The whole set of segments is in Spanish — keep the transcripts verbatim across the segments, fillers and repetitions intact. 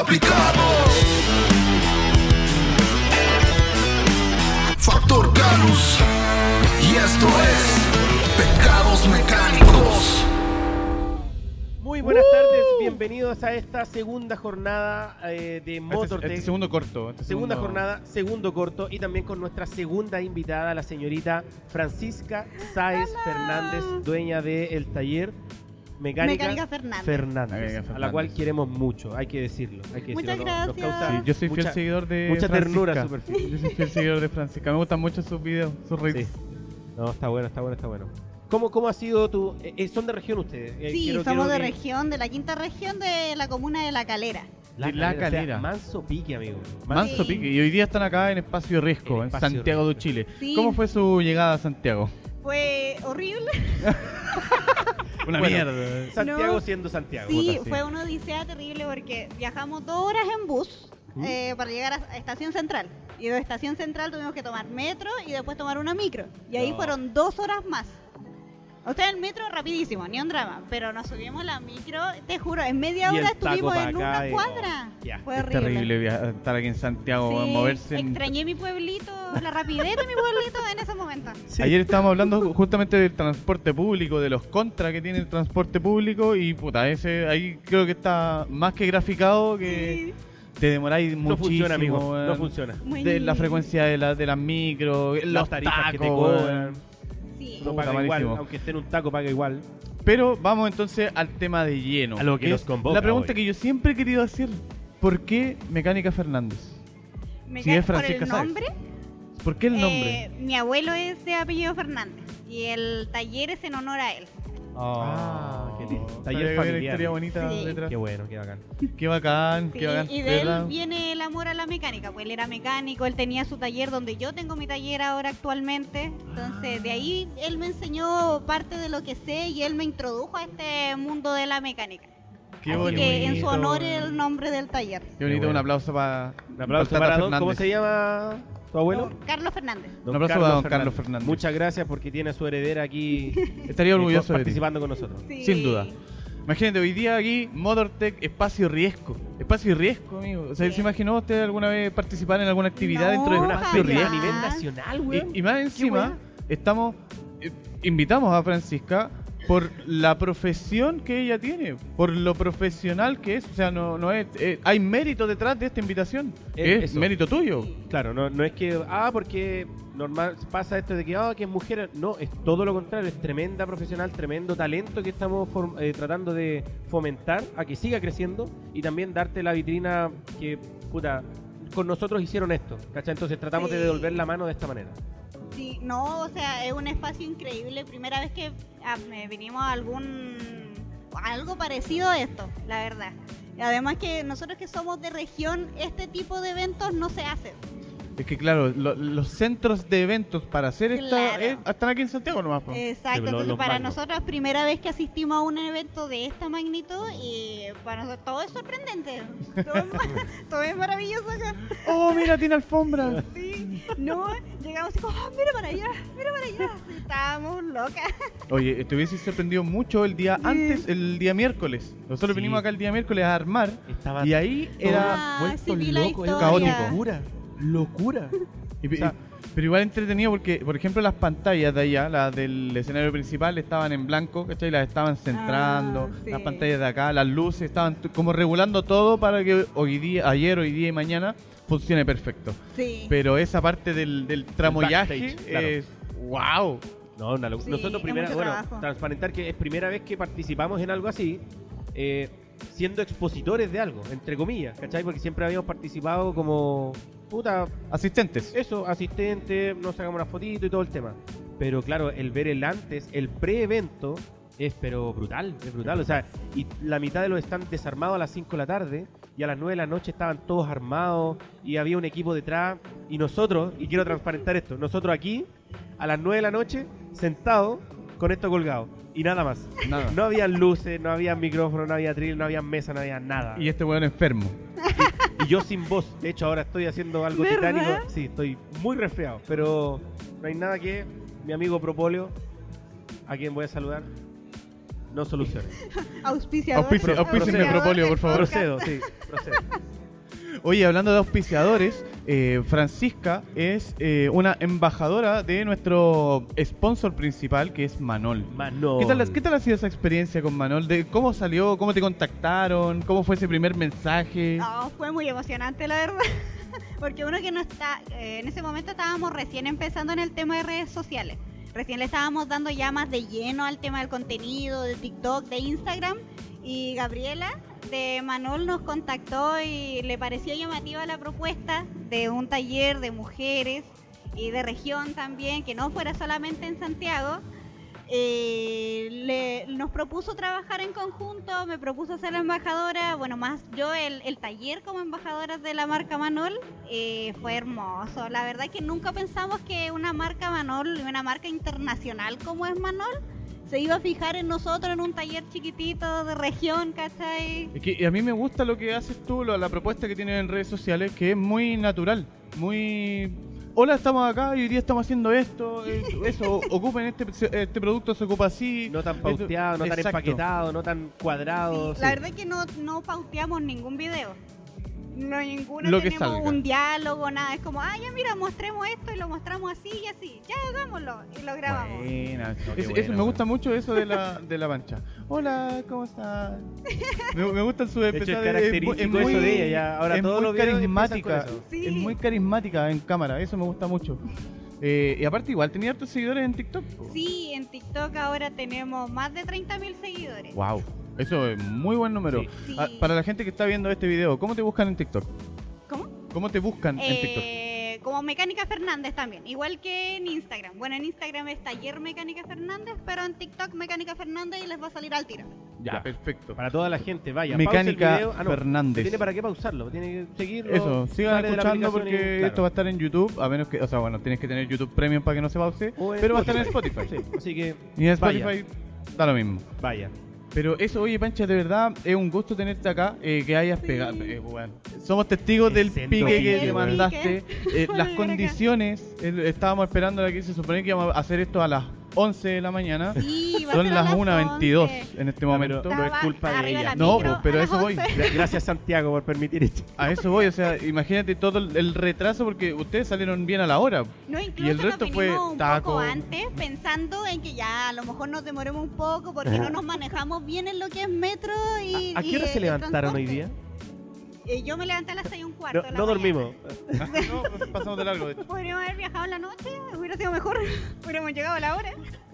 complicado. Factor Canus, y esto es Pecados Mecánicos. Muy buenas uh. tardes, bienvenidos a esta segunda jornada eh, de Motortech. Este, este segundo corto. Este segunda segundo... jornada, segundo corto, y también con nuestra segunda invitada, la señorita Francisca Sáez Hola. Fernández, dueña del taller Mecánica, Mecánica Fernández, Fernández, Mecánica Fernández, a la cual queremos mucho, hay que decirlo. Hay que Muchas decirlo, nos- nos gracias. causa Sí, yo soy fiel mucha, seguidor de mucha Francisca. ternura a su perfil. Yo soy fiel seguidor de Francisca. Me gustan mucho sus videos, sus reels. Sí. No, está bueno, está bueno, está bueno. ¿Cómo, cómo ha sido tu...? Eh, ¿Son de región ustedes? Eh, Sí, quiero- somos quiero de que- región, de la quinta región de la comuna de La Calera. La, De La Calera, o sea, Calera. manso pique, amigo. Manso Sí. pique. Y hoy día están acá en Espacio Riesgo, En en, Espacio Santiago Riesgo. de Chile. Sí. ¿Cómo fue su llegada a Santiago? Fue horrible. Una Bueno, mierda. Santiago No. siendo Santiago. Sí, puta, sí. fue una odisea terrible porque viajamos dos horas en bus ¿Mm? eh, para llegar a Estación Central. Y de Estación Central tuvimos que tomar metro y después tomar una micro. Y ahí No. fueron dos horas más. O sea, el metro rapidísimo, ni un drama. Pero nos subimos la micro, te juro, en media Y el hora taco estuvimos pa' en acá una y- cuadra. oh, ya. Fue Es horrible. terrible via- estar aquí en Santiago, Sí, moverse. En... extrañé mi pueblito, la rapidez de mi pueblito en ese momento. Sí. Ayer estábamos hablando justamente del transporte público, de los contras que tiene el transporte público y puta, ese ahí creo que está más que graficado que te demoráis No muchísimo. funciona, amigo. weón. No funciona. Muy De la frecuencia de, la, de las micros, Las los tarifas tacos, que te weón. cobran. Sí. No Puta, paga igual, malísimo. aunque esté en un taco, paga igual. Pero vamos entonces al tema de lleno. A lo que nos es convoca La pregunta hoy. que yo siempre he querido hacer: ¿por qué Mecánica Fernández? Me Si cae es por Francisca el Sáez. nombre. ¿Por qué el nombre? eh, mi abuelo es de apellido Fernández y el taller es en honor a él. Ah, qué lindo. Taller Taller Una familiar. historia bonita Sí. detrás. Qué bueno, qué bacán. Qué bacán, Sí, qué bacán. y de ¿verdad? él viene el amor a la mecánica, pues él era mecánico, él tenía su taller donde yo tengo mi taller ahora actualmente, entonces de ahí él me enseñó parte de lo que sé y él me introdujo a este mundo de la mecánica. Qué Así bonito. que en su honor el nombre del taller. Qué bonito, bueno. un aplauso para Un aplauso para don, ¿cómo se llama tu abuelo? Don Carlos Fernández. Don Un aplauso para don Carlos Fernández. Muchas gracias porque tiene a su heredera aquí Estaría eh, orgulloso de ti. participando con nosotros. Sí. Sin duda. Imagínate, hoy día aquí, Motortech, espacio riesgo. Espacio riesgo, amigo. O sea, Sí. ¿se imaginó usted alguna vez participar en alguna actividad No, dentro de Una espacio feria a riesgo? nivel nacional, weón. Y, y más encima, weá? estamos, eh, invitamos a Francisca por la profesión que ella tiene, por lo profesional que es. O sea, no, no es, eh, hay mérito detrás de esta invitación. Eh, es eso. mérito tuyo. Claro, no, no es que, ah, porque normal pasa esto de que, ah, que es mujer. No, es todo lo contrario, es tremenda profesional, tremendo talento que estamos form- eh, tratando de fomentar a que siga creciendo y también darte la vitrina que, puta, con nosotros hicieron esto, ¿cachai? Entonces tratamos de Sí. devolver la mano de esta manera. Sí, no, o sea, es un espacio increíble. Primera vez que ah, me vinimos a algún a algo parecido a esto, la verdad. Y además que nosotros que somos de región, este tipo de eventos no se hacen. Es que claro, lo- los centros de eventos para hacer esta Claro. eh, están aquí en Santiago nomás. po. Exacto, Sí, lo- entonces los para magnos. nosotros primera vez que asistimos a un evento de esta magnitud y para nosotros todo es sorprendente. Todo es, ma- todo es maravilloso acá. Oh, mira, tiene alfombra. Sí, no, llegamos y como, "Ah, mira para allá, mira para allá. Sí, estábamos locas. Oye, te hubiese sorprendido mucho el día antes, el día miércoles. Nosotros Sí. vinimos acá el día miércoles a armar Estaba y ahí era Ah, vuelto sí, vi la loco, es historia. caótico. locura, locura. y- o sea, pero igual entretenido porque, por ejemplo, las pantallas de allá, las del escenario principal, estaban en blanco, ¿cachai? Las estaban centrando, Ah, sí. las pantallas de acá, las luces, estaban t- como regulando todo para que hoy día, ayer, hoy día y mañana funcione perfecto. Sí. Pero esa parte del, del tramoyaje backstage, claro. es wow. No, una locura. Sí, Nosotros es primera, mucho bueno, trabajo. transparentar que es primera vez que participamos en algo así, eh, siendo expositores de algo, entre comillas, ¿cachai? Porque siempre habíamos participado como, puta, Asistentes. eso, asistente, nos sacamos una fotito y todo el tema. Pero claro, el ver el antes, el pre-evento, es pero brutal, es brutal. O sea, y la mitad de los están desarmados a las cinco de la tarde y a las nueve de la noche estaban todos armados y había un equipo detrás. Y nosotros, y quiero transparentar esto, nosotros aquí, a las nueve de la noche, sentados con esto colgado. Y nada más. Nada. No había luces, no había micrófono, no había drill, no había mesa, no había nada. Y este weón enfermo. Y yo sin voz. De hecho, ahora estoy haciendo algo ¿Verdad? titánico. Sí, estoy muy resfriado. Pero no hay nada que mi amigo Propóleo, a quien voy a saludar, no solucione. Auspiciador. Auspici- Pro- auspícienme procedo. Propóleo, por favor. Procedo, sí, procedo. Oye, hablando de auspiciadores, eh, Francisca es eh, una embajadora de nuestro sponsor principal, que es Manol. Manol. ¿Qué tal, ¿Qué tal ha sido esa experiencia con Manol? De ¿Cómo salió? ¿Cómo te contactaron? ¿Cómo fue ese primer mensaje? No, fue muy emocionante, la verdad. Porque uno que no está, eh, en ese momento estábamos recién empezando en el tema de redes sociales. Recién le estábamos dando ya más de lleno al tema del contenido, de TikTok, de Instagram. Y Gabriela de Manol nos contactó y le pareció llamativa la propuesta de un taller de mujeres y de región también, que no fuera solamente en Santiago. Eh, le, nos propuso trabajar en conjunto, me propuso ser la embajadora, bueno, más yo el, el taller como embajadora de la marca Manol. Eh, fue hermoso, la verdad es que nunca pensamos que una marca Manol, una marca internacional como es Manol, se iba a fijar en nosotros en un taller chiquitito de región, ¿cachai? Es que a mí me gusta lo que haces tú, lo- la propuesta que tienes en redes sociales, que es muy natural, muy... Hola, estamos acá y hoy día estamos haciendo esto, eh, eso, ocupen este, este producto, se ocupa así. No tan esto- pauteado, no tan Exacto. empaquetado, no tan cuadrado. Sí, la sí. verdad es que no, no pauteamos ningún video. No, ninguno Lo que tenemos salga. un diálogo, nada. Es como, ah, ya mira, mostremos esto y lo mostramos así y así. Ya, hagámoslo. Y lo grabamos. Buena. No, qué Eso- buena, eso, me weón. gusta mucho eso de la, de la pancha. Hola, ¿cómo estás? Me, me gusta su De hecho, es especial, característico eso de ella. Ya, ahora es todos muy los videos carismática. empiezan con eso. Sí. Es muy carismática en cámara, eso me gusta mucho. Eh, y aparte, igual tenía hartos seguidores en TikTok. Sí, en TikTok ahora tenemos más de treinta mil seguidores. Wow, eso es muy buen número. Sí. Sí. Ah, para la gente que está viendo este video, ¿cómo te buscan en TikTok? ¿Cómo? ¿Cómo te buscan en TikTok? Eh, como Mecánica Fernández también, igual que en Instagram. Bueno, en Instagram es Taller Mecánica Fernández, pero en TikTok Mecánica Fernández y les va a salir al tiro. Ya, Ya. perfecto. Para toda la gente, vaya. Mecánica pause el video. Ah, no, Fernández. no tiene para qué pausarlo, tiene que seguirlo. Eso, sigan sale de la escuchando aplicación porque y- claro. esto va a estar en YouTube, a menos que, o sea, bueno, tienes que tener YouTube Premium para que no se pause, O en pero va a estar en Spotify. Sí, así que Y en vaya, Spotify da lo mismo. vaya. Pero eso, oye, Pancha, de verdad es un gusto tenerte acá, eh, que hayas pegado. eh, bueno, somos testigos del Exento pique que pique, te weón. mandaste. Eh, Para las llegar acá. condiciones, eh, estábamos esperando aquí, se supone que íbamos a hacer esto a las once de la mañana. Sí, va a Son ser a las una veintidós once. en este No, momento. pero- no es culpa de arriba ella. la No, micro pues, pero a a las eso voy. once. Gra- Gracias, Santiago, por permitir esto. A eso voy, o sea, imagínate todo el, el retraso porque ustedes salieron bien a la hora. No, incluso Y el resto nos fue vinimos un taco. poco antes pensando en que ya a lo mejor nos demoremos un poco porque no nos manejamos bien en lo que es metro y ¿A, a qué y hora se el levantaron hoy día? transporte. Eh, yo me levanté a las seis y un cuarto No, de la no mañana. dormimos. No, pues pasamos de largo, de hecho. Podríamos haber viajado en la noche, hubiera sido mejor, hubiéramos llegado a la hora.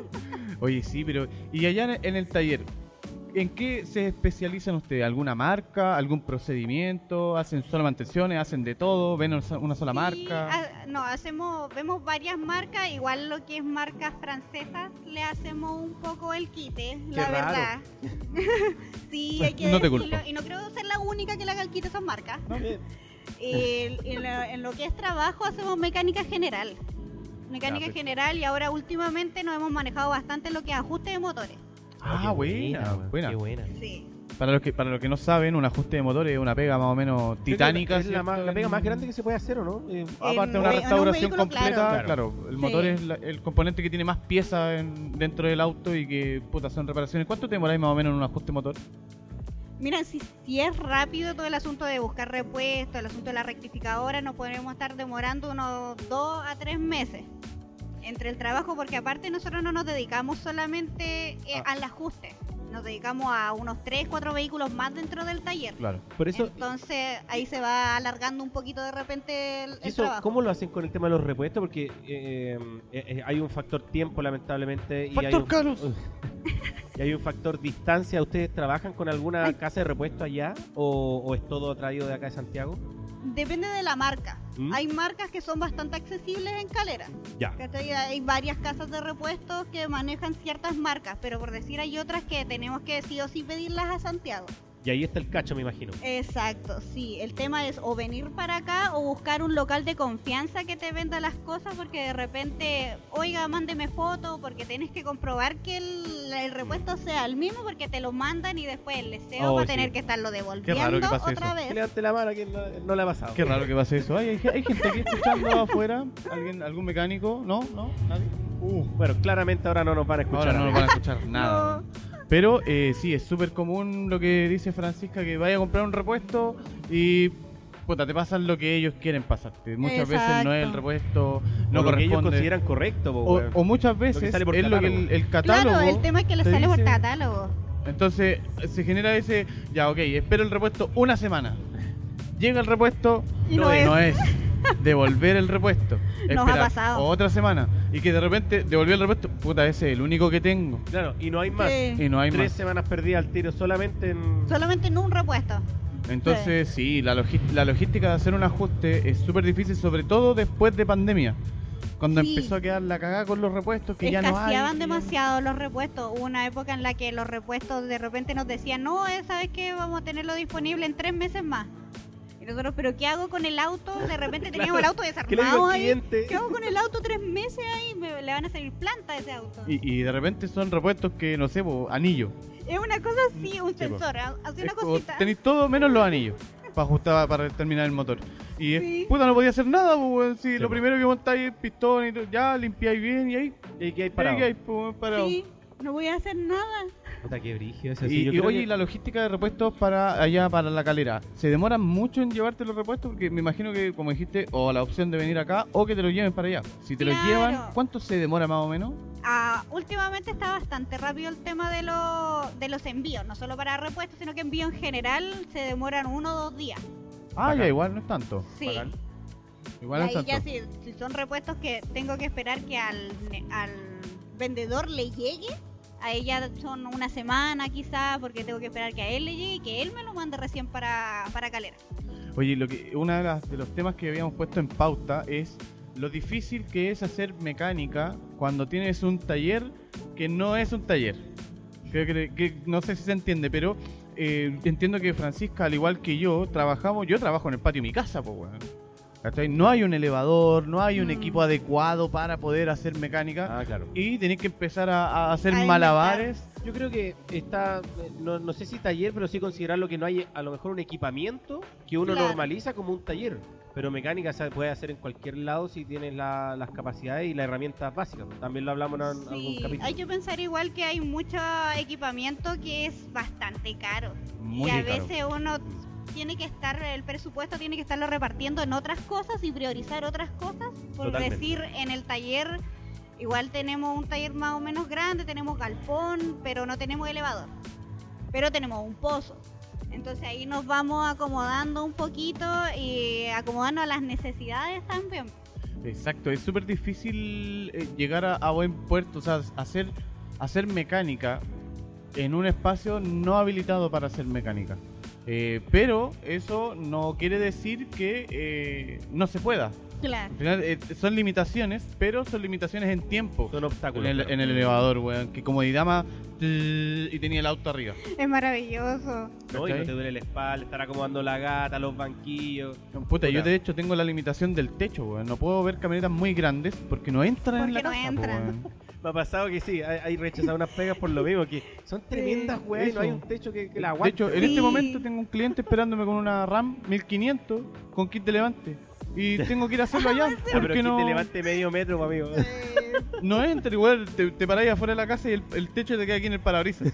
Oye, sí, pero... Y allá en- en el taller, ¿en qué se especializan ustedes? ¿Alguna marca? ¿Algún procedimiento? ¿Hacen solo mantenciones? ¿Hacen de todo? ¿Ven una sola Sí, marca? ah, no, hacemos, vemos varias marcas, igual lo que es marcas francesas, le hacemos un poco el quite, la raro. verdad. Sí, hay que No te decirlo, culpo. y no creo ser la única que le haga el quite a esas marcas. Eh, Eh, en, lo, en lo que es trabajo hacemos mecánica general. Mecánica Ya, perfecto. general y ahora últimamente nos hemos manejado bastante en lo que es ajuste de motores. Ah, qué buena, weón, buena. Qué buena. Sí. Para los que para los que no saben, un ajuste de motor es una pega más o menos titánica. Es la, más- ¿cierto? la pega más grande que se puede hacer, ¿o no? Eh, Aparte de En una un- en un restauración vehículo, completa, claro. claro, el Sí. motor es la- el componente que tiene más piezas en- dentro del auto y que puta son reparaciones. ¿Cuánto te demoráis más o menos en un ajuste de motor? Mira, si, si es rápido todo el asunto de buscar repuestos, el asunto de la rectificadora, nos podemos estar demorando unos dos a tres meses entre el trabajo, porque aparte nosotros no nos dedicamos solamente eh, Ah. al ajuste, nos dedicamos a unos tres, cuatro vehículos más dentro del taller. Claro. Por eso, Entonces ahí se va alargando un poquito de repente el, el eso, trabajo. ¿cómo lo hacen con el tema de los repuestos? Porque eh, eh, eh, hay un factor tiempo, lamentablemente. Y hay Factor un, Carlos. y hay un factor distancia. ¿Ustedes trabajan con alguna casa de repuesto allá? ¿O, o es todo traído de acá de Santiago? Depende de la marca. ¿Mm? Hay marcas que son bastante accesibles en Calera. Ya. ¿Cachai? Hay varias casas de repuestos que manejan ciertas marcas, pero por decir hay otras que tenemos que sí o sí pedirlas a Santiago. Y ahí está el cacho, me imagino. Exacto, sí. El tema es o venir para acá o buscar un local de confianza que te venda las cosas porque de repente, oiga, mándeme foto porque tienes que comprobar que el, el repuesto sea el mismo porque te lo mandan y después el deseo Oh, va a sí. tener que estarlo devolviendo raro que pase otra eso. vez. Que levante la mano a quien no, no le ha pasado. Qué raro que pase eso. Ay, hay, hay gente aquí escuchando afuera. ¿Alguien, ¿Algún mecánico? ¿No? ¿No? ¿Nadie? Uh, bueno, claramente ahora no nos van a escuchar. Ahora no a nos nadie. van a escuchar nada. Pero eh, sí, es súper común lo que dice Francisca, que vaya a comprar un repuesto y puta, te pasan lo que ellos quieren pasarte. Muchas veces no es el Exacto. repuesto, no o lo que ellos corresponde. consideran correcto, po, O, weón. o muchas veces sale por es lo que el, el catálogo. Claro, el tema es que le te sale por dice. catálogo. Entonces se genera ese, ya ok, espero el repuesto una semana. Llega el repuesto, Y no es. no es. Devolver el repuesto. Nos ha Esperar pasado. otra semana. Y que de repente devolví el repuesto, puta, ese es el único que tengo. Claro, y no hay más. Sí. Y no hay Tres más. semanas perdidas al tiro solamente en... Solamente en un repuesto. Entonces, sí, la, logi- la logística de hacer un ajuste es súper difícil, sobre todo después de pandemia. Cuando Sí. empezó a quedar la cagada con los repuestos, que ya no hay. Escaseaban que ya no- demasiado los repuestos. Hubo una época en la que los repuestos de repente nos decían, no, eh, ¿sabes qué? Vamos a tenerlo disponible en tres meses más. Y nosotros, ¿pero qué hago con el auto? De repente teníamos el auto ¿Qué le digo desarmado al ahí. cliente? ¿Qué hago con el auto tres meses ahí? Me, le van a salir planta a ese auto. Y, y de repente son repuestos que, no sé, po, anillo. Es una cosa así, un Sí, po. sensor, ha- hace Es una como, cosita. tenéis todo menos los anillos para ajustar, para terminar el motor. Y es- Sí. puta, no podía hacer nada, po, weón. Si Sí, lo po. primero que montáis es pistón y todo, ya limpiáis bien y ahí, ¿Y qué hay ahí parado? que hay, po, weón, parado. Sí, no voy a hacer nada. Puta, qué brígido eso. Y, sí, yo y creo oye, que- ¿y la logística de repuestos para allá, para la Calera? ¿Se demoran mucho en llevarte los repuestos? Porque me imagino que, como dijiste, o la opción de venir acá o que te lo lleven para allá. Si te Claro. lo llevan, ¿cuánto se demora más o menos? Ah, últimamente está bastante rápido el tema de, lo- de los envíos, no solo para repuestos, sino que envío en general se demoran uno o dos días. Ah, Bacán. ya, igual no es tanto. Sí. Bacán. Igual Y no es ahí tanto. ya si, si son repuestos que tengo que esperar que al, ne- al vendedor le llegue, a ella son una semana quizá, porque tengo que esperar que a él le llegue y que él me lo mande recién para, para Calera. Oye, lo que uno de, las- de los temas que habíamos puesto en pauta es lo difícil que es hacer mecánica cuando tienes un taller que no es un taller. Creo que, que- no sé si se entiende, pero eh, entiendo que Francisca, al igual que yo, trabajamos, yo trabajo en el patio de mi casa, pues weón. ¿Cachai? No hay un elevador, no hay un Mm. equipo adecuado para poder hacer mecánica Ah, claro. y tenés que empezar a, a hacer A inventar. malabares. Yo creo que está, eh, no, no sé si taller, pero sí considerarlo que no hay a lo mejor un equipamiento que uno Claro. normaliza como un taller. Pero mecánica se puede hacer en cualquier lado si tienes la- las capacidades y las herramientas básicas. También lo hablamos en algún Sí, capítulo. hay que pensar igual que hay mucho equipamiento que es bastante caro. Muy y a caro. veces uno tiene que estar, el presupuesto tiene que estarlo repartiendo en otras cosas y priorizar otras cosas. Por Totalmente. decir, en el taller, igual tenemos un taller más o menos grande, tenemos galpón, pero no tenemos elevador. Pero tenemos un pozo. Entonces ahí nos vamos acomodando un poquito y acomodando a las necesidades también. Exacto, es súper difícil eh, llegar a, a buen puerto, o sea, hacer, hacer mecánica en un espacio no habilitado para hacer mecánica. Eh, pero eso no quiere decir que eh, no se pueda. Claro. Al final eh, son limitaciones, pero son limitaciones en tiempo. Son En obstáculos. el, claro. en el elevador, weón, que comodidad más tll, y tenía el auto arriba. Es maravilloso. ¿No? Y no ¿cachai? te duele la espalda, estar acomodando la gata, los banquillos. Puta, yo Puta. de hecho tengo la limitación del techo, weón. No puedo ver camionetas muy grandes porque no entran en la Porque no casa, po, entran. weón. Me ha pasado que sí, hay, hay rechazado unas pegas por lo mismo, que son tremendas, weón, y no hay un techo que, que la De aguante. hecho, en Sí. este momento tengo un cliente esperándome con una RAM mil quinientos con kit de levante. Y tengo que ir a hacerlo allá. Ya, pero Porque que no, te levante medio metro, pues, amigo. no entra igual. Te, te paráis afuera de la casa y el, el techo te queda aquí en el parabrisas.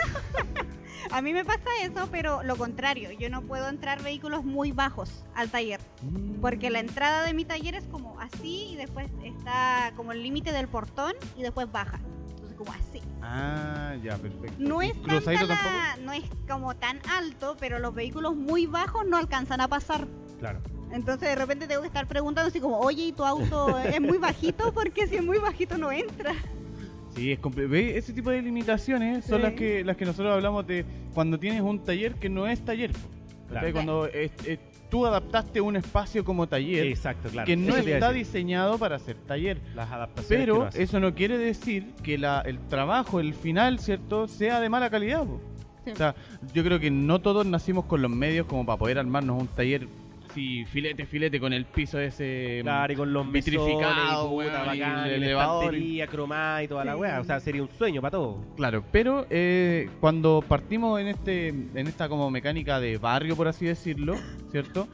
A mí me pasa eso, pero lo contrario. Yo no puedo entrar vehículos muy bajos al taller. Porque la entrada de mi taller es como así y después está como el límite del portón y después baja. Entonces como así. Ah, ya, perfecto. No ¿Y es, tanta cruzadito la- tampoco? no es como tan alto, pero los vehículos muy bajos no alcanzan a pasar. Claro. Entonces de repente tengo que estar preguntando así como, oye, ¿y tu auto es muy bajito? Porque si es muy bajito no entra. Sí, es comple- ¿Ve? Ese tipo de limitaciones son Sí. las que las que nosotros hablamos de cuando tienes un taller que no es taller. po. ¿Cachai? Claro. Cuando eh, eh, tú adaptaste un espacio como taller Exacto, claro. que no Eso te iba a está decir. diseñado para ser taller. Las adaptaciones. que Pero uno hace. eso no quiere decir que la, el trabajo, el final, ¿cierto?, sea de mala calidad. po. Sí. O sea, yo creo que no todos nacimos con los medios como para poder armarnos un taller, sí, filete, filete, con el piso ese Claro, y con los vitrificado, vitrificados, puta, weón, y bacán, el y la elevador y- estantería cromada y toda la Sí. weá. O sea, sería un sueño para todos. Claro, pero eh, cuando partimos en este en esta como mecánica de barrio, por así decirlo, ¿cierto?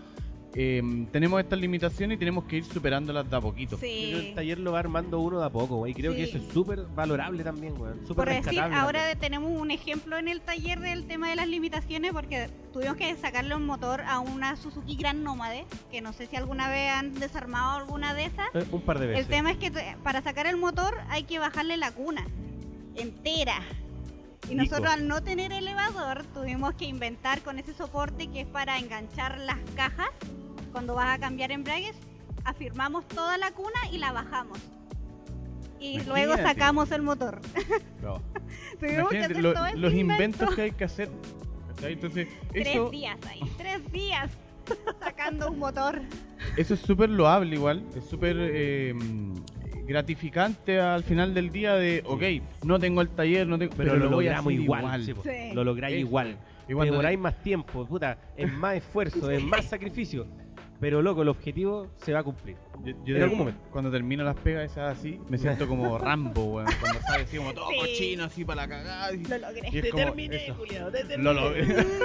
eh, tenemos estas limitaciones y tenemos que ir superándolas de a poquito. Yo creo que Sí. el taller lo va armando uno de a poco, güey. Creo que Sí. eso es súper valorable también, güey. Súper Por decir, rescatable ahora también. tenemos un ejemplo en el taller del tema de las limitaciones porque tuvimos que sacarle un motor a una Suzuki Grand Nómade, que no sé si alguna vez han desarmado alguna de esas. Eh, Un par de veces. El tema es que te- para sacar el motor hay que bajarle la cuna entera. Y Rico. nosotros al no tener elevador tuvimos que inventar con ese soporte que es para enganchar las cajas cuando vas a cambiar embragues. Afirmamos toda la cuna y la bajamos. Y luego Imagínate. sacamos el motor. No. Tuvimos que Imagínate hacer lo- todo ese los invento. inventos que hay que hacer. ¿Cachai? Entonces, Tres eso, días ahí, tres días sacando un motor. eso es súper loable igual, es súper eh, gratificante al final del día de, ok, no tengo el taller, no tengo, Pero, pero, lo lo voy a logramos hacer igual. igual. sí, po. Sí. Lo lográis Eso. igual. Y cuando- Demoráis más tiempo, puta. Es más esfuerzo, es más sacrificio. Pero loco, el objetivo se va a cumplir. Yo, En yo de- algún momento. cuando termino las pegas esas así, me siento como Rambo, weón. Cuando sale así como todo Sí. cochino, así para la cagada. Y, Lo logré. y es como eso. Julián, te Lo logré.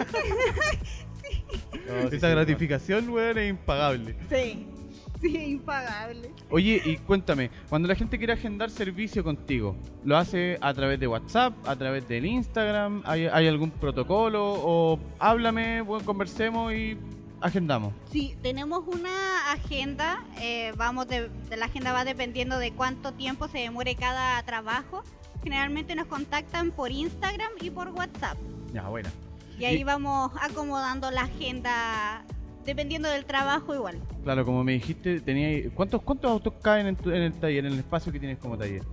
No, sí, Esa sí, gratificación, weón, es impagable. Sí, sí, impagable. Oye, y cuéntame, cuando la gente quiere agendar servicio contigo, ¿lo hace a través de WhatsApp, a través del Instagram? ¿Hay, hay algún protocolo? ¿O háblame, bueno, conversemos y agendamos? Sí, tenemos una agenda, eh, vamos de, de la agenda va dependiendo de cuánto tiempo se demore cada trabajo. Generalmente nos contactan por Instagram y por WhatsApp. Ya, bueno. Y ahí Y- vamos acomodando la agenda dependiendo del trabajo igual. Claro, como me dijiste, tenía ¿cuántos, cuántos autos caen en, tu- en el taller, en el espacio que tienes como taller?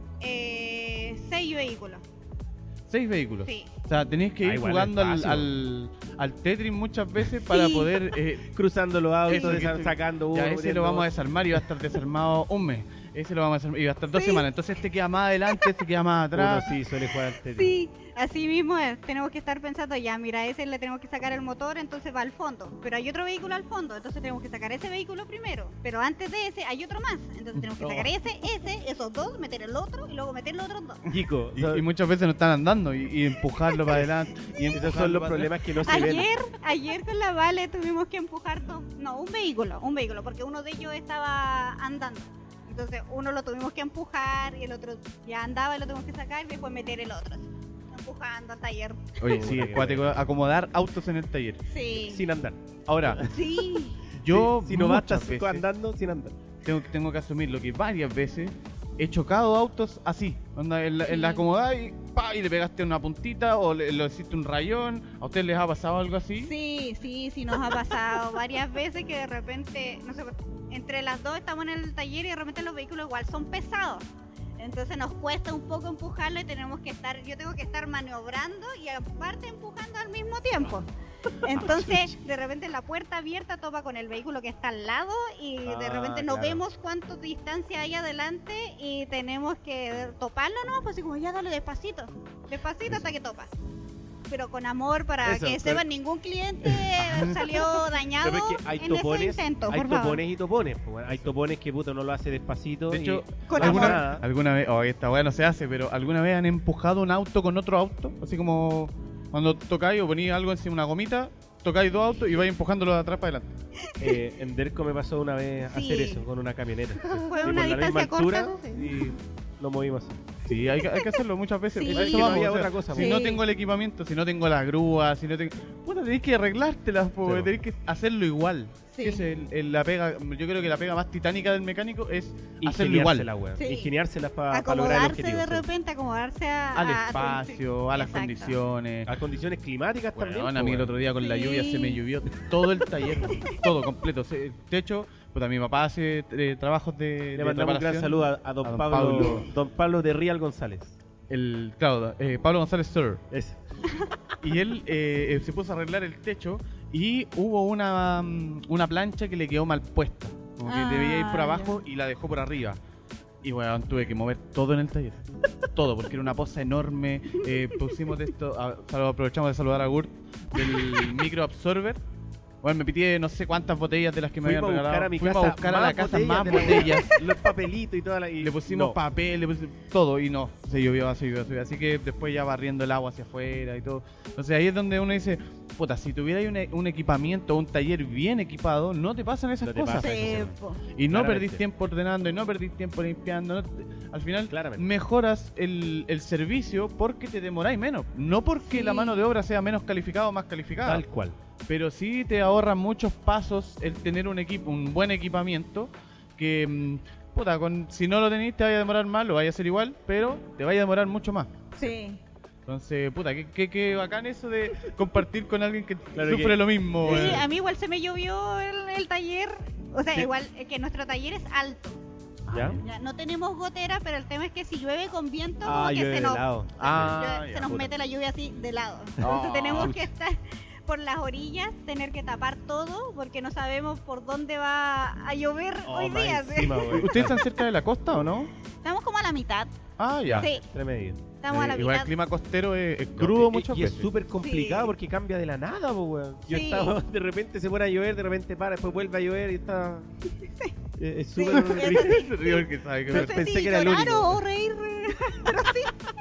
Eh, seis vehículos, Seis vehículos. sí. O sea, tenías que Ah, ir igual jugando al, espacio. al, al Tetris muchas veces para Sí. poder... eh, Cruzando los autos, Eso, que desa- estoy- sacando uno. ya, ese metiendo lo vamos a otro. desarmar y va a estar desarmado un mes. Ese lo vamos a desarmar y va a estar dos Sí. semanas. Entonces este queda más adelante, este queda más Uno atrás. sí suele jugar al Tetris. Sí, así mismo es. Tenemos que estar pensando, ya, mira, a ese le tenemos que sacar el motor, entonces va al fondo. Pero hay otro vehículo al fondo, entonces tenemos que sacar ese vehículo primero. Pero antes de ese hay otro más. Entonces tenemos que Oh. sacar ese, ese, esos dos, meter el otro y luego meter los otros dos. Chico, Y, son- y muchas veces no están andando y, y empujarlo para adelante. Y esos son empujarlo los para problemas que no se ven. Ayer, ayer con la Vale tuvimos que empujar dos, no, un vehículo, un vehículo, porque uno de ellos estaba andando. Entonces uno lo tuvimos que empujar y el otro ya andaba y lo tuvimos que sacar y después meter el otro. Empujando al taller. atrás. Oye, sí, Puta es que cuático acomodar autos en el taller. Sí. Sin andar. Ahora, Sí. yo si, si no basta muchas veces andando, sin andar. tengo, tengo que asumir lo que varias veces he chocado autos así. Onda, en, la, en la Sí. acomodada y, pa, y le pegaste una puntita o le, le hiciste un rayón. ¿A ustedes les ha pasado algo así? Sí, sí, sí, nos ha pasado varias veces que de repente, no sé, entre las dos estamos en el taller y de repente los vehículos igual son pesados. Entonces nos cuesta un poco empujarlo y tenemos que estar, yo tengo que estar maniobrando y aparte empujando al mismo tiempo. Entonces, de repente la puerta abierta topa con el vehículo que está al lado y de Ah, repente no claro. vemos cuánta distancia hay adelante y tenemos que toparlo, ¿no? Pues así como ya dale despacito, despacito hasta que topa. Pero con amor para Eso, que pero- sepan, ningún cliente salió dañado Pero es que hay en topones, ese intento, hay por favor. topones y topones. pues, bueno, hay topones que puta no lo hace despacito. De y- hecho, Con ¿alguna, amor. alguna vez, oh, esta weá no se hace, pero ¿alguna vez han empujado un auto con otro auto? Así como cuando tocáis o ponéis algo encima de una gomita, tocáis dos autos y vais empujándolo de atrás para adelante. eh, en Derco me pasó una vez Sí. hacer eso con una camioneta. Fue Sí, una por la misma distancia altura corta, sí. y lo movimos. Sí, hay que, hay que hacerlo muchas veces. Sí. Eso Es que no vamos, había o sea, otra cosa, Si po. no Sí. tengo el equipamiento, si no tengo la grúa, si no tengo... Puta, tenéis que arreglártelas, po, Sí, po. tenéis que hacerlo igual. Sí. Esa es el- el- la pega, yo creo que la pega más titánica del mecánico es hacerlo igual. Ingeniárselas, weón. Sí. Ingeniárselas para lograr el Acomodarse objetivo. de sí. repente, acomodarse a, Al a- espacio, a las Exacto. condiciones. A condiciones climáticas Bueno, también. a po, mí el weón. otro día con la Sí. lluvia se me llovió todo el taller, todo completo. Se- De hecho, puta, mi papá hace eh, trabajos de, Le de mandamos un gran reparación. saludo a, a don, a don Pablo, Pablo. don Pablo de Rial González. El, claro, eh, Pablo González Sir. Ese. Y él eh, eh, se puso a arreglar el techo y hubo una, mm, una plancha que le quedó mal puesta. Como que Ah, debía ir por ya. abajo y la dejó por arriba. Y bueno, tuve que mover todo en el taller. Todo, porque era una poza enorme. Eh, pusimos de esto, a- sal- aprovechamos de saludar a Gurt del micro absorber. Bueno, me pitié no sé cuántas botellas de las que me Fuimos a habían buscar regalado. a mi Fuimos casa a buscar a la más casa botellas más de la- botellas. Los papelitos y toda la... y Le pusimos no. papel, le pusimos todo y no, se llovió, se llovió, se llovió. Así que después ya barriendo el agua hacia afuera y todo. Entonces ahí es donde uno dice, puta, si tuvierais un, e- un equipamiento, un taller bien equipado, no te pasan esas No te cosas. pasa. Sí, eso, po. Y no Claramente. perdís tiempo ordenando, y no perdís tiempo limpiando. no te- al final Claramente. mejoras el, el servicio porque te demoráis menos. No porque Sí. la mano de obra sea menos calificada o más calificada. Tal cual. Pero sí te ahorra muchos pasos el tener un equipo, un buen equipamiento que, mm, puta, con, si no lo tenéis te vaya a demorar más, lo vaya a hacer igual, pero te vaya a demorar mucho más. Sí. Entonces, puta, qué, qué, qué bacán eso de compartir con alguien que Claro sufre que- lo mismo. Sí, weón. a mí igual se me llovió el, el taller. O sea, Sí. igual eh, que nuestro taller es alto. ¿Ya? Ya, no tenemos gotera, pero el tema es que si llueve con viento, Ah, como que llueve se de nos, lado. Ah, se ya, nos puta. mete la lluvia así de lado. Entonces Ah, tenemos pucha. que estar por las orillas, tener que tapar todo porque no sabemos por dónde va a llover Oh, hoy más día. ¿sí? encima, güey. ¿Ustedes están cerca de la costa o no? Estamos como a la mitad. Ah, ya. Sí, Tremendo. estamos a la Eh, igual el mitad. clima costero es, es No, crudo y- muchas y veces. es súper complicado Sí. porque cambia de la nada, po, weón. Yo Sí. estaba, de repente se pone a llover, de repente para, después vuelve a llover y está. Eh, Es Sí, súper. eso brígido. Se ríe porque sabe que Pero me- No sé pensé si que era el llorar único. o reír. Pero sí.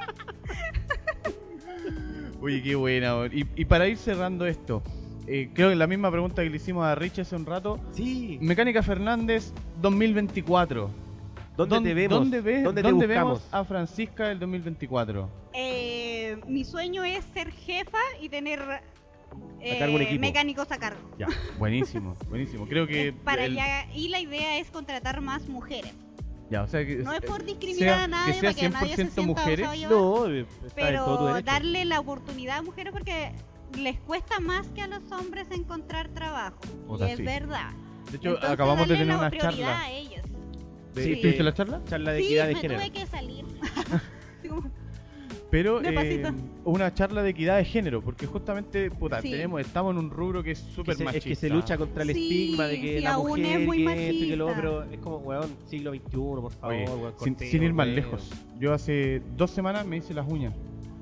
Oye, qué buena. weón. Y, y para ir cerrando esto, eh, creo que la misma pregunta que le hicimos a Rich hace un rato. Sí. Mecánica Fernández dos mil veinticuatro. ¿Dónde te vemos? ¿Dónde, ve- ¿Dónde te dónde buscamos? vemos a Francisca del dos mil veinticuatro? Eh, mi sueño es ser jefa y tener eh, cargo un equipo. mecánicos a cargo. Ya. Buenísimo, buenísimo. Creo que Eh, para el- allá, y la idea es contratar más mujeres. ya, o sea que No es eh, por discriminar sea- a nadie, que sea para que nadie se cien por ciento sienta mujeres. osado llevar, No, eh, está en todo tu pero derecho. darle la oportunidad a mujeres porque les cuesta más que a los hombres encontrar trabajo. Puta, y es sí. verdad. De hecho, Entonces, acabamos de darle tener la una prioridad charla. a ellas. De- ¿Sí? de- ¿Tuviste la charla? Charla de Sí, equidad de me género. tuve que salir. Así como, Pero De eh, pasito. una charla de equidad de género, porque justamente, puta, Sí. tenemos, estamos en un rubro que es Que súper se- machista. es que se lucha contra el Sí, estigma de que sí, la aún mujer, es muy que esto y que lo machista. otro. Es como, weón, siglo veintiuno, por favor, Oye, weón, sin, cortemos, sin ir más weón. lejos, yo hace dos semanas me hice las uñas.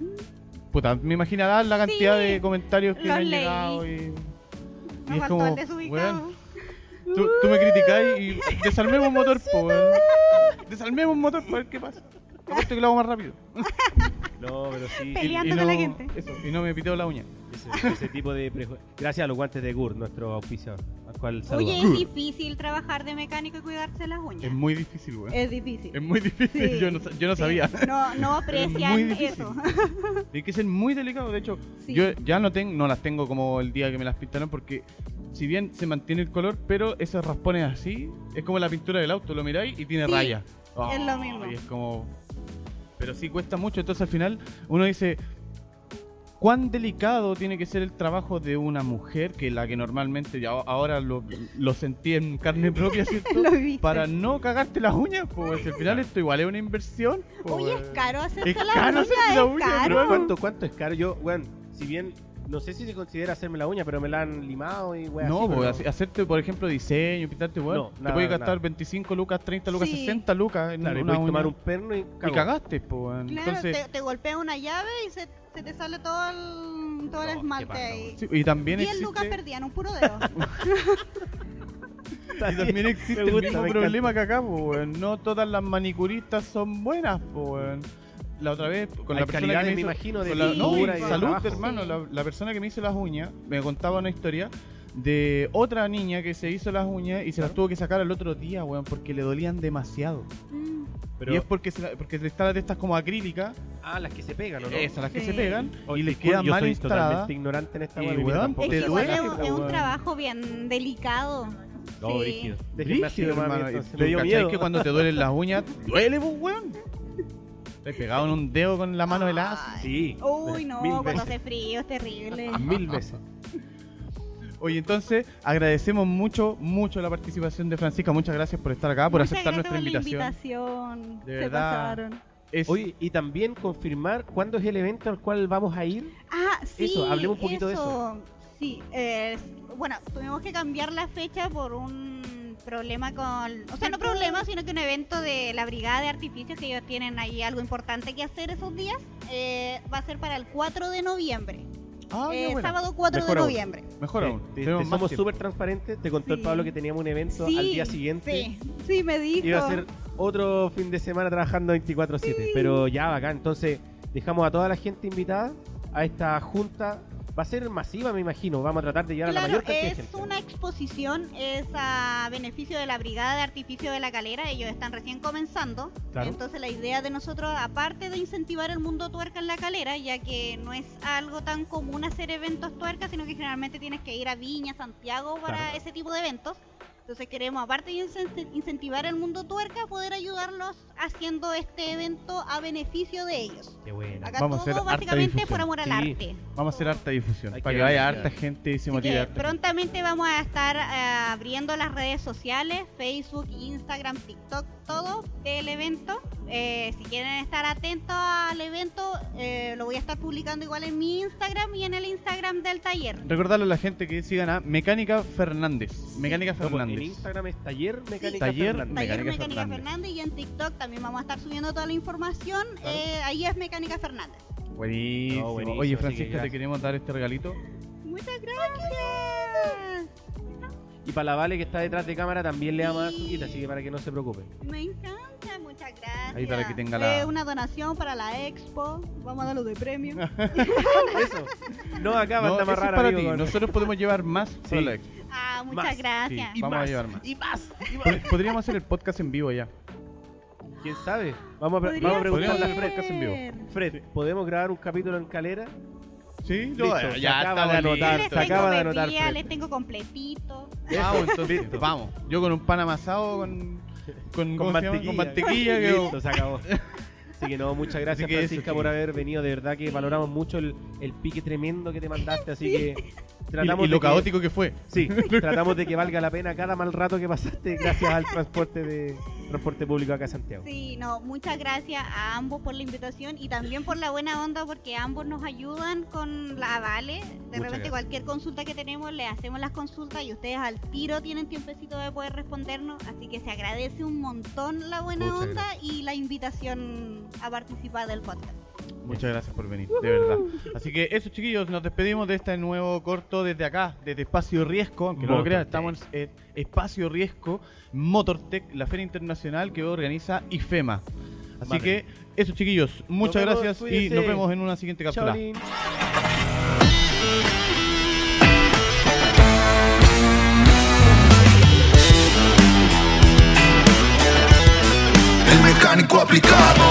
Puta, me imaginarás la cantidad Sí, de comentarios que me los han leí. llegado y, y me es faltó como, el desubicado. weón, tú, tú me criticáis y desarmemos un motor, po, weón. Desarmemos un motor para ver qué pasa. Apuesto que lo hago más rápido. No, pero sí. Peleando y con no, la gente. Eso, y no me piteo la uña. Ese, ese tipo de prejuicios. Gracias a los guantes de Gur, nuestro auspiciador, al cual Oye, saludamos. es difícil trabajar de mecánico y cuidarse las uñas. Es muy difícil, weón. Es difícil. Es muy difícil, Sí, yo no, sa- yo no sí. sabía. No, no aprecian muy difícil. eso. Hay que ser muy delicado. De hecho, Sí. yo ya no tengo, no las tengo como el día que me las pintaron porque si bien se mantiene el color, pero esos raspones así, es como la pintura del auto, lo miráis y tiene Sí, raya. es lo mismo. Y es como... Pero sí cuesta mucho, entonces al final uno dice... ¿Cuán delicado tiene que ser el trabajo de una mujer, que la que normalmente ya ahora lo, lo sentí en carne propia, ¿cierto? Lo viste. Para no cagarte las uñas, pues al final esto igual es una inversión. pues, Oye, es weón. caro hacerse Es la caro uña, hacerse la es uña, caro. Pero ¿cuánto, ¿cuánto es caro? Yo, weón, si bien no sé si se considera hacerme la uña, pero me la han limado y weón. No, así, pues, pero hace- hacerte, por ejemplo, diseño, pintarte, weón. No, te nada, puede gastar nada. veinticinco lucas, treinta lucas, Sí. sesenta lucas en Claro, y una podéis tomar uña. un perno y Y cagó. cagaste, pues, weón. Claro, Entonces, te, te golpea una llave y se, se te sale todo el, todo el No, qué esmalte paja, ahí. sí, y también diez existe, lucas perdían, un puro dedo. y también existe Me gusta, el mismo me problema que acá, pues, weón. No todas las manicuristas son buenas, pues, weón. La otra vez, con Hay la persona que calidades, me me hizo, imagino, de con la- no, pintura y y de salud, trabajo. hermano. Sí. La, la persona que me hizo las uñas me contaba una historia de otra niña que se hizo las uñas y se las tuvo que sacar al otro día, weón, porque le dolían demasiado. Mm. Pero, Y es porque, se la- porque está la de estas como acrílicas, ah, las que se pegan, ¿o no? esas las que Sí. se pegan, Oh, y les disculpe, quedan yo mal soy instaladas. totalmente ignorante en esta Y, weá, y weón, tampoco Es te que sé igual duele, es, hacer. un- es un weón. trabajo bien delicado. No, Sí. brígido. Déjenme así Brígido, nomás, hermano. entonces. Y Me tú dio cachai miedo. que cuando te duelen las uñas, duele, pues, weón. Te pegado en un dedo con la mano helada. Ay. Sí. Uy, no, Mil cuando veces. hace frío es terrible. Mil veces. Oye, entonces agradecemos mucho, mucho la participación de Francisca. Muchas gracias por estar acá, por Muchas aceptar gracias nuestra por la invitación. invitación. De Se verdad. pasaron. Es- Oye, y también confirmar cuándo es el evento al cual vamos a ir. Ah, sí. Eso, hablemos un poquito de eso. Sí, eh, bueno, tuvimos que cambiar la fecha por un problema con... O sea, no problema, sino que un evento de la Brigada de Artificios, que ellos tienen ahí algo importante que hacer esos días. eh, va a ser para el cuatro de noviembre. Ah, Eh, qué bueno. sábado cuatro Mejor de aún. noviembre. Mejor Sí, aún. te- te Tenemos más somos tiempo. súper transparentes. Te contó el Sí. Pablo que teníamos un evento Sí, al día siguiente. Sí, sí, me dijo. Iba a ser otro fin de semana trabajando veinticuatro siete. Pero ya, bacán. Entonces, dejamos a toda la gente invitada a esta junta. Va a ser masiva, me imagino. Vamos a tratar de llegar a la Claro, mayor cantidad de es gente. una exposición, es a beneficio de la Brigada de Artificio de La Calera, ellos están recién comenzando, Claro. entonces la idea de nosotros, aparte de incentivar el mundo tuerca en La Calera, ya que no es algo tan común hacer eventos tuercas, sino que generalmente tienes que ir a Viña, Santiago para Claro. ese tipo de eventos. Entonces queremos, aparte de incent- incentivar el mundo tuerca, poder ayudarlos haciendo este evento a beneficio de ellos. Qué buena. Acá Vamos a hacer todo harta básicamente difusión. por amor al Sí. arte. Vamos a hacer harta difusión, Hay para que que vaya anunciar. harta gente y se Así motive que harta gente. prontamente vamos a estar eh, abriendo las redes sociales, Facebook, Instagram, TikTok, todo del evento. Eh, si quieren estar atentos al evento, eh, lo voy a estar publicando igual en mi Instagram y en el Instagram del taller. Recordarle a la gente que sigan a Mecánica Fernández. Mecánica No, pues, Fernández. en Instagram es Taller Mecánica Taller Fernández. Taller Mecánica Mecánica, Fernández. Fernández. Y en TikTok también vamos a estar subiendo toda la información. Eh, ahí es Mecánica Fernández. Buenísimo. No, buenísimo, Oye, así que Francisca, te gracias. queremos dar este regalito. Muchas gracias. Y para la Vale que está detrás de cámara también le damos a Sí. su quita, así que para que no se preocupe. Me encanta, muchas gracias. Ahí para que tenga la- Eh, una donación para la expo. Vamos a darlo de premio. Eso. No, acá No, van a eso es amarrar para amigo, ti. con- Nosotros podemos llevar más Sí. para la expo. Ah, muchas Más, gracias. sí. Vamos a más, llevar más. Y más. Y más. Pod- Podríamos hacer el podcast en vivo ya. ¿Quién sabe? Vamos a, pre- Podría vamos a preguntarle Podríamos a hacer Fred. podcast en vivo. Fred, ¿podemos grabar un capítulo en Calera? Sí, Listo, yo, se ya acaba estamos de anotar, listos. Les se tengo acaba de anotar, bebida, Fred. les tengo completito. Vamos, entonces, vamos. Yo con un pan amasado con, con, Con ¿cómo se llama? mantequilla. Con mantequilla. que- Listo, se acabó. Así que no, muchas gracias, Así que eso, Francisca, sí. por haber venido. De verdad que valoramos mucho el, el pique tremendo que te mandaste, así que Y, tratamos y lo de que- caótico que fue. Sí, tratamos de que valga la pena cada mal rato que pasaste gracias al transporte de transporte público acá a Santiago. Sí, no, muchas gracias a ambos por la invitación y también por la buena onda porque ambos nos ayudan con la Vale. De repente gracias. cualquier consulta que tenemos le hacemos las consultas y ustedes al tiro tienen tiempecito de poder respondernos, así que se agradece un montón la buena Muchas onda y la invitación a participar del podcast. Muchas gracias por venir, de verdad. Así que eso, chiquillos, nos despedimos de este nuevo corto desde acá, desde Espacio Riesgo, aunque no lo crean, Motortech. estamos en Espacio Riesgo Motortech, la feria internacional que organiza IFEMA. Así Vale. que eso, chiquillos, muchas vemos, gracias y cuídense. nos vemos en una siguiente cápsula. Chaolín. El mecánico aplicado.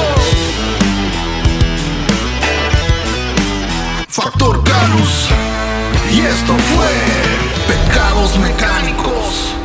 Factor Canus. Y esto fue Pecados Mecánicos.